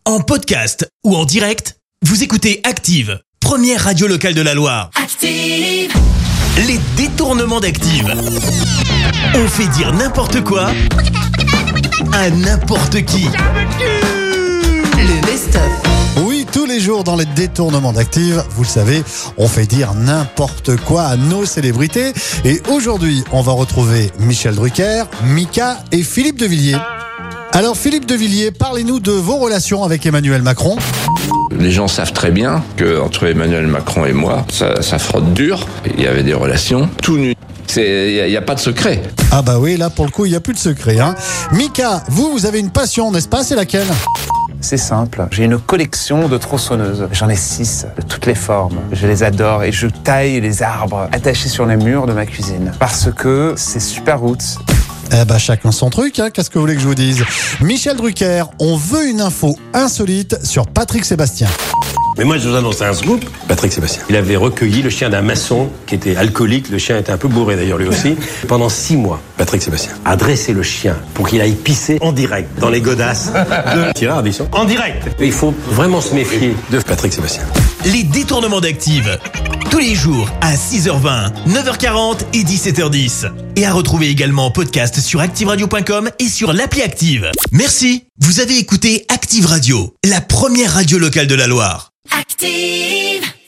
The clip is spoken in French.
En podcast ou en direct, vous écoutez Active, première radio locale de la Loire. Active. Les détournements d'Active. On fait dire n'importe quoi à n'importe qui. Le best-of. Oui, tous les jours dans les détournements d'Active, vous le savez, on fait dire n'importe quoi à nos célébrités. Et aujourd'hui, on va retrouver Michel Drucker, Mika et Philippe de Villiers. Alors Philippe de Villiers, parlez-nous de vos relations avec Emmanuel Macron. Les gens savent très bien que entre Emmanuel Macron et moi, ça frotte dur. Il y avait des relations tout nues. Il n'y a pas de secret. Ah bah oui, là pour le coup, il n'y a plus de secret. Mika, vous avez une passion, n'est-ce pas? C'est laquelle? C'est simple, j'ai une collection de tronçonneuses. J'en ai 6, de toutes les formes. Je les adore et je taille les arbres attachés sur les murs de ma cuisine. Parce que c'est super roots. Eh ben chacun son truc, qu'est-ce que vous voulez que je vous dise? Michel Drucker, on veut une info insolite sur Patrick Sébastien. Mais moi, je vous annonce un scoop. Patrick Sébastien. Il avait recueilli le chien d'un maçon qui était alcoolique. Le chien était un peu bourré d'ailleurs lui aussi. Pendant 6 mois, Patrick Sébastien a dressé le chien pour qu'il aille pisser en direct dans les godasses de Thierry Ardisson. En direct. Et il faut vraiment se méfier de Patrick Sébastien. Les détournements d'Active. Tous les jours à 6h20, 9h40 et 17h10. Et à retrouver également en podcast sur activeradio.com et sur l'appli Active. Merci. Vous avez écouté Active Radio, la première radio locale de la Loire. Active.